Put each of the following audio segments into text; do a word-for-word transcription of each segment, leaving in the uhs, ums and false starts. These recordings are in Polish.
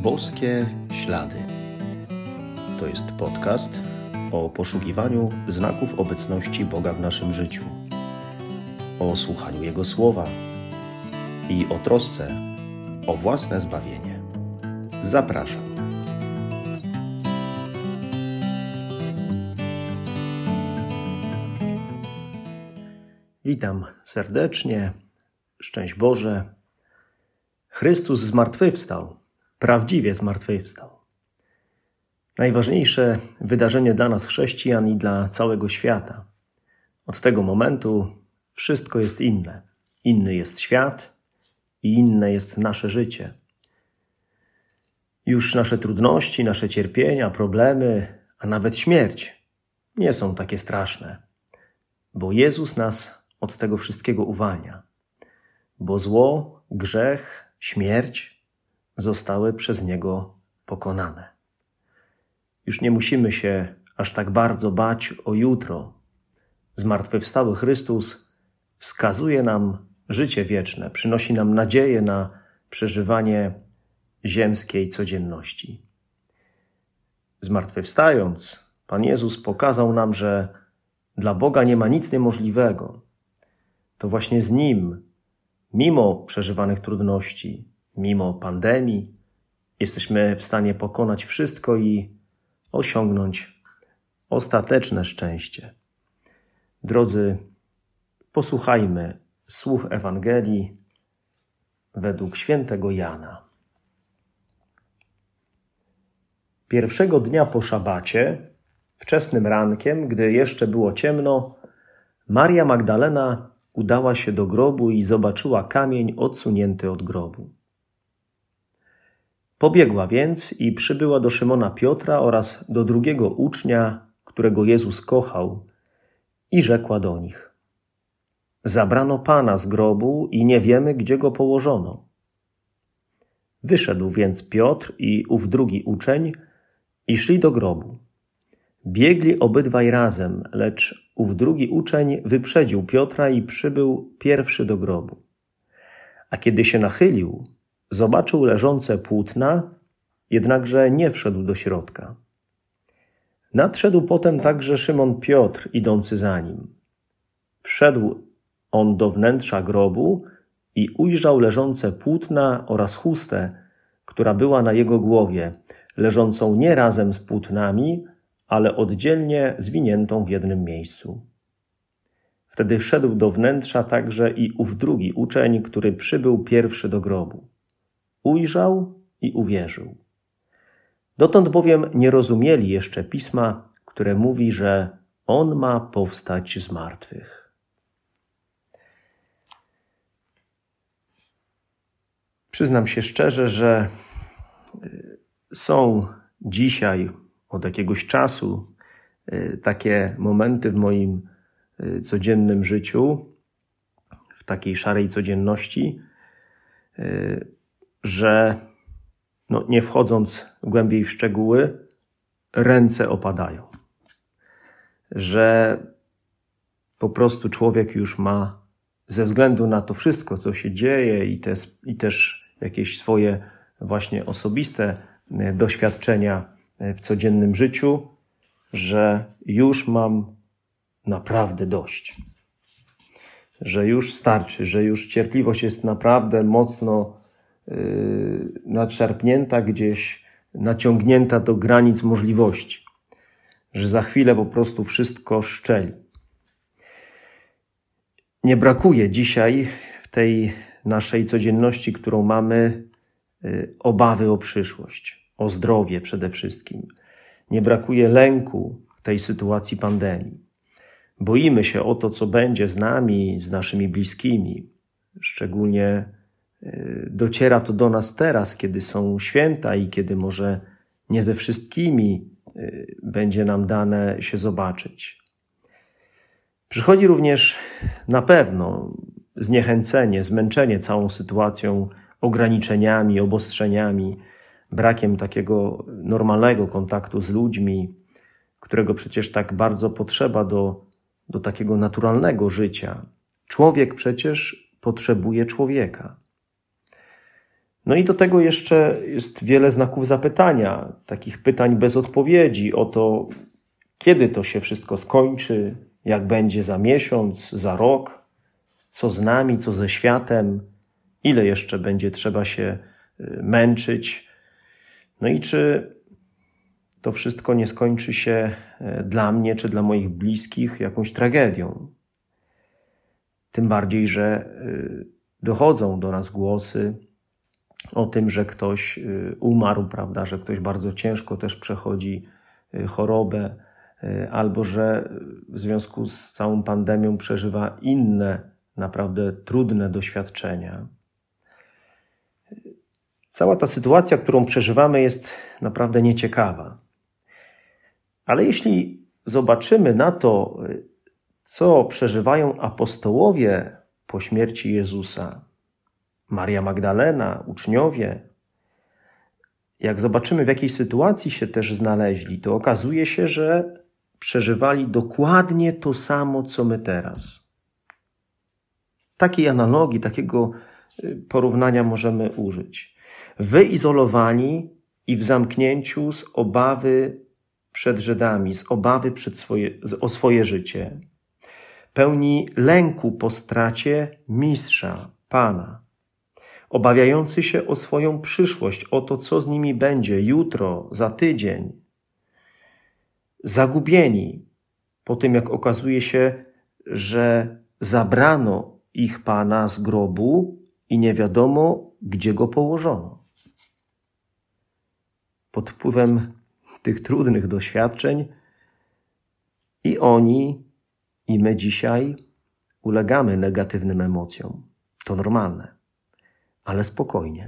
Boskie Ślady. To jest podcast o poszukiwaniu znaków obecności Boga w naszym życiu, o słuchaniu Jego słowa i o trosce o własne zbawienie. Zapraszam. Witam serdecznie. Szczęść Boże. Chrystus zmartwychwstał. Prawdziwie zmartwychwstał. Najważniejsze wydarzenie dla nas chrześcijan i dla całego świata. Od tego momentu wszystko jest inne. Inny jest świat i inne jest nasze życie. Już nasze trudności, nasze cierpienia, problemy, a nawet śmierć nie są takie straszne, bo Jezus nas od tego wszystkiego uwalnia. Bo zło, grzech, śmierć zostały przez Niego pokonane. Już nie musimy się aż tak bardzo bać o jutro. Zmartwychwstały Chrystus wskazuje nam życie wieczne, przynosi nam nadzieję na przeżywanie ziemskiej codzienności. Zmartwychwstając, Pan Jezus pokazał nam, że dla Boga nie ma nic niemożliwego. To właśnie z Nim, mimo przeżywanych trudności, mimo pandemii, jesteśmy w stanie pokonać wszystko i osiągnąć ostateczne szczęście. Drodzy, posłuchajmy słów Ewangelii według świętego Jana. Pierwszego dnia po szabacie, wczesnym rankiem, gdy jeszcze było ciemno, Maria Magdalena udała się do grobu i zobaczyła kamień odsunięty od grobu. Pobiegła więc i przybyła do Szymona Piotra oraz do drugiego ucznia, którego Jezus kochał, i rzekła do nich: Zabrano Pana z grobu i nie wiemy, gdzie go położono. Wyszedł więc Piotr i ów drugi uczeń i szli do grobu. Biegli obydwaj razem, lecz ów drugi uczeń wyprzedził Piotra i przybył pierwszy do grobu. A kiedy się nachylił, zobaczył leżące płótna, jednakże nie wszedł do środka. Nadszedł potem także Szymon Piotr, idący za nim. Wszedł on do wnętrza grobu i ujrzał leżące płótna oraz chustę, która była na jego głowie, leżącą nie razem z płótnami, ale oddzielnie zwiniętą w jednym miejscu. Wtedy wszedł do wnętrza także i ów drugi uczeń, który przybył pierwszy do grobu. Ujrzał i uwierzył. Dotąd bowiem nie rozumieli jeszcze pisma, które mówi, że On ma powstać z martwych. Przyznam się szczerze, że są dzisiaj od jakiegoś czasu takie momenty w moim codziennym życiu, w takiej szarej codzienności, że no, nie wchodząc głębiej w szczegóły, ręce opadają. Że po prostu człowiek już ma, ze względu na to wszystko, co się dzieje i, te, i też jakieś swoje właśnie osobiste doświadczenia w codziennym życiu, że już mam naprawdę dość. Że już starczy, że już cierpliwość jest naprawdę mocno yy, nadszarpnięta, gdzieś naciągnięta do granic możliwości. Że za chwilę po prostu wszystko szczeli. Nie brakuje dzisiaj w tej naszej codzienności, którą mamy, yy, obawy o przyszłość. O zdrowie przede wszystkim. Nie brakuje lęku w tej sytuacji pandemii. Boimy się o to, co będzie z nami, z naszymi bliskimi. Szczególnie dociera to do nas teraz, kiedy są święta i kiedy może nie ze wszystkimi będzie nam dane się zobaczyć. Przychodzi również na pewno zniechęcenie, zmęczenie całą sytuacją, ograniczeniami, obostrzeniami, brakiem takiego normalnego kontaktu z ludźmi, którego przecież tak bardzo potrzeba do, do takiego naturalnego życia. Człowiek przecież potrzebuje człowieka. No i do tego jeszcze jest wiele znaków zapytania, takich pytań bez odpowiedzi o to, kiedy to się wszystko skończy, jak będzie za miesiąc, za rok, co z nami, co ze światem, ile jeszcze będzie trzeba się męczyć. No i czy to wszystko nie skończy się dla mnie czy dla moich bliskich jakąś tragedią. Tym bardziej, że dochodzą do nas głosy o tym, że ktoś umarł, prawda, że ktoś bardzo ciężko też przechodzi chorobę, albo że w związku z całą pandemią przeżywa inne, naprawdę trudne doświadczenia. Cała ta sytuacja, którą przeżywamy, jest naprawdę nieciekawa. Ale jeśli zobaczymy na to, co przeżywają apostołowie po śmierci Jezusa, Maria Magdalena, uczniowie, jak zobaczymy, w jakiej sytuacji się też znaleźli, to okazuje się, że przeżywali dokładnie to samo, co my teraz. Takiej analogii, takiego porównania możemy użyć. Wyizolowani i w zamknięciu z obawy przed Żydami, z obawy przed swoje, o swoje życie. Pełni lęku po stracie mistrza, Pana. Obawiający się o swoją przyszłość, o to, co z nimi będzie jutro, za tydzień. Zagubieni po tym, jak okazuje się, że zabrano ich Pana z grobu i nie wiadomo, gdzie go położono. Pod wpływem tych trudnych doświadczeń i oni, i my dzisiaj ulegamy negatywnym emocjom. To normalne, ale spokojnie.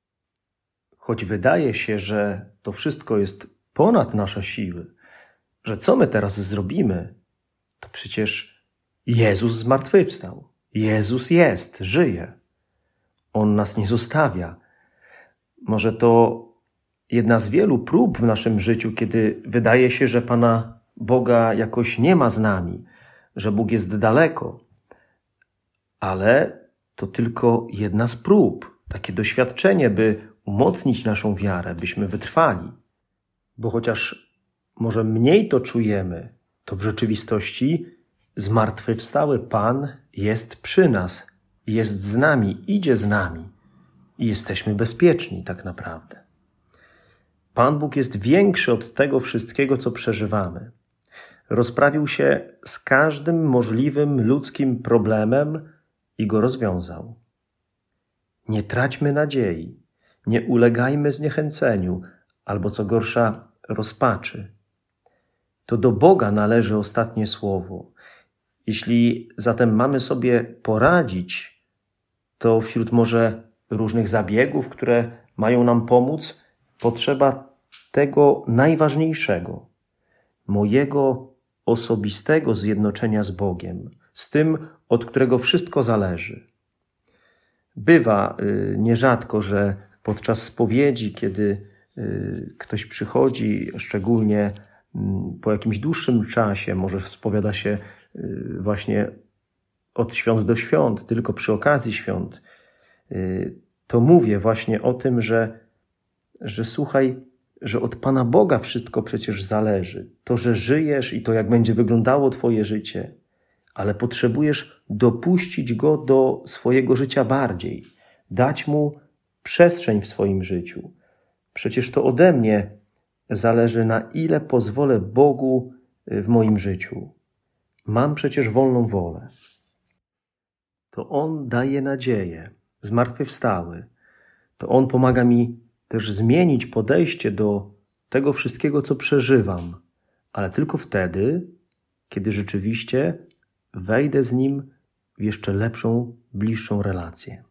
Choć wydaje się, że to wszystko jest ponad nasze siły, że co my teraz zrobimy, to przecież Jezus zmartwychwstał. Jezus jest, żyje. On nas nie zostawia. Może to jedna z wielu prób w naszym życiu, kiedy wydaje się, że Pana Boga jakoś nie ma z nami, że Bóg jest daleko. Ale to tylko jedna z prób, takie doświadczenie, by umocnić naszą wiarę, byśmy wytrwali. Bo chociaż może mniej to czujemy, to w rzeczywistości zmartwychwstały Pan jest przy nas, jest z nami, idzie z nami i jesteśmy bezpieczni tak naprawdę. Pan Bóg jest większy od tego wszystkiego, co przeżywamy. Rozprawił się z każdym możliwym ludzkim problemem i go rozwiązał. Nie traćmy nadziei, nie ulegajmy zniechęceniu, albo co gorsza, rozpaczy. To do Boga należy ostatnie słowo. Jeśli zatem mamy sobie poradzić, to wśród może różnych zabiegów, które mają nam pomóc, potrzeba tego najważniejszego, mojego osobistego zjednoczenia z Bogiem, z tym, od którego wszystko zależy. Bywa y, nierzadko, że podczas spowiedzi, kiedy y, ktoś przychodzi, szczególnie y, po jakimś dłuższym czasie, może spowiada się y, właśnie od świąt do świąt, tylko przy okazji świąt, y, to mówię właśnie o tym, że, że słuchaj, że od Pana Boga wszystko przecież zależy. To, że żyjesz i to, jak będzie wyglądało Twoje życie, ale potrzebujesz dopuścić Go do swojego życia bardziej, dać Mu przestrzeń w swoim życiu. Przecież to ode mnie zależy, na ile pozwolę Bogu w moim życiu. Mam przecież wolną wolę. To On daje nadzieję, zmartwychwstały. To On pomaga mi też zmienić podejście do tego wszystkiego, co przeżywam, ale tylko wtedy, kiedy rzeczywiście wejdę z Nim w jeszcze lepszą, bliższą relację.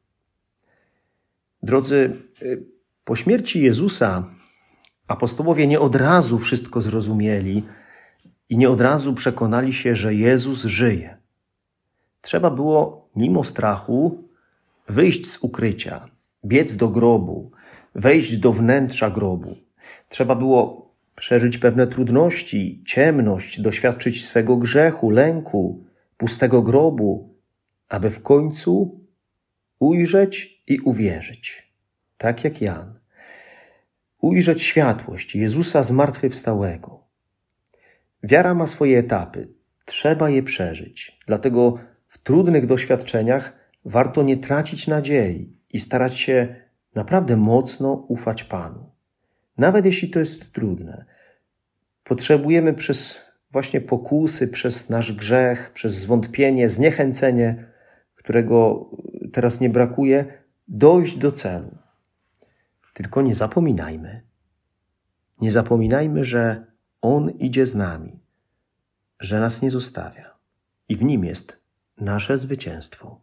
Drodzy, po śmierci Jezusa apostołowie nie od razu wszystko zrozumieli i nie od razu przekonali się, że Jezus żyje. Trzeba było, mimo strachu, wyjść z ukrycia, biec do grobu, wejść do wnętrza grobu. Trzeba było przeżyć pewne trudności, ciemność, doświadczyć swego grzechu, lęku, pustego grobu, aby w końcu ujrzeć i uwierzyć. tak jak Jan, ujrzeć światłość Jezusa zmartwychwstałego. Wiara ma swoje etapy, trzeba je przeżyć. Dlatego w trudnych doświadczeniach warto nie tracić nadziei i starać się naprawdę mocno ufać Panu. Nawet jeśli to jest trudne, potrzebujemy przez właśnie pokusy, przez nasz grzech, przez zwątpienie, zniechęcenie, którego teraz nie brakuje, dojść do celu. Tylko nie zapominajmy. Nie zapominajmy, że On idzie z nami, że nas nie zostawia i w Nim jest nasze zwycięstwo.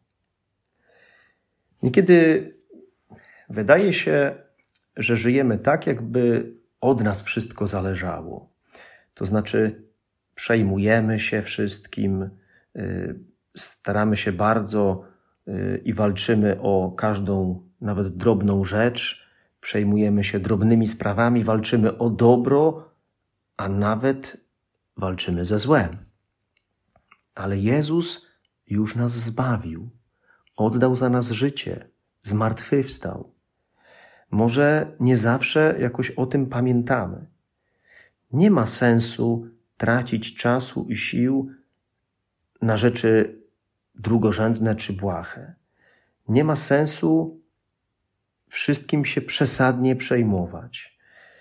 Niekiedy wydaje się, że żyjemy tak, jakby od nas wszystko zależało. To znaczy przejmujemy się wszystkim, staramy się bardzo i walczymy o każdą, nawet drobną rzecz, przejmujemy się drobnymi sprawami, walczymy o dobro, a nawet walczymy ze złem. Ale Jezus już nas zbawił, oddał za nas życie, zmartwychwstał. Może nie zawsze jakoś o tym pamiętamy. Nie ma sensu tracić czasu i sił na rzeczy drugorzędne czy błahe. Nie ma sensu wszystkim się przesadnie przejmować.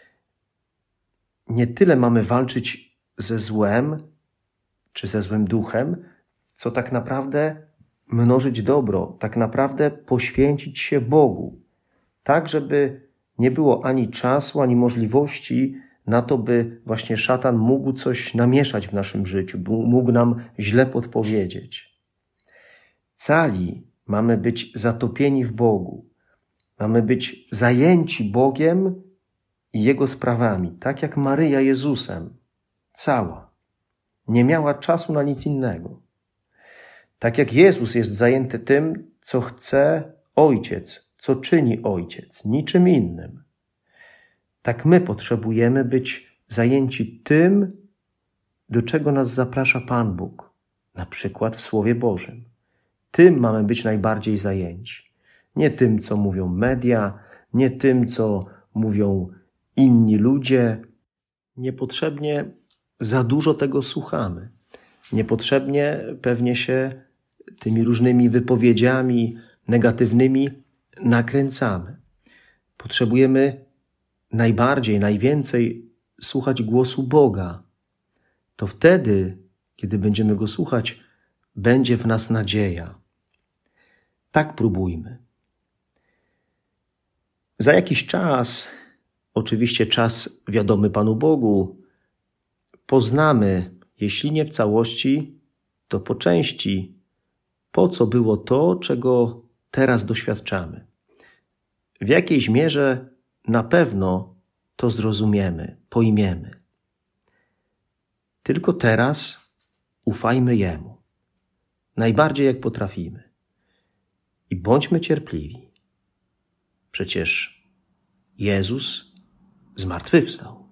Nie tyle mamy walczyć ze złem czy ze złym duchem, co tak naprawdę mnożyć dobro, tak naprawdę poświęcić się Bogu, tak żeby nie było ani czasu, ani możliwości na to, by właśnie szatan mógł coś namieszać w naszym życiu, mógł nam źle podpowiedzieć. Cali mamy być zatopieni w Bogu, mamy być zajęci Bogiem i Jego sprawami, tak jak Maryja Jezusem, cała. Nie miała czasu na nic innego. Tak jak Jezus jest zajęty tym, co chce Ojciec, co czyni Ojciec, niczym innym. Tak my potrzebujemy być zajęci tym, do czego nas zaprasza Pan Bóg, na przykład w Słowie Bożym. Tym mamy być najbardziej zajęci. Nie tym, co mówią media, nie tym, co mówią inni ludzie. Niepotrzebnie za dużo tego słuchamy. Niepotrzebnie pewnie się tymi różnymi wypowiedziami negatywnymi nakręcamy. Potrzebujemy najbardziej, najwięcej słuchać głosu Boga. To wtedy, kiedy będziemy Go słuchać, będzie w nas nadzieja. Tak próbujmy. Za jakiś czas, oczywiście czas wiadomy Panu Bogu, poznamy, jeśli nie w całości, to po części, po co było to, czego teraz doświadczamy. W jakiejś mierze na pewno to zrozumiemy, pojmiemy. Tylko teraz ufajmy Jemu, najbardziej jak potrafimy. I bądźmy cierpliwi. Przecież Jezus zmartwychwstał.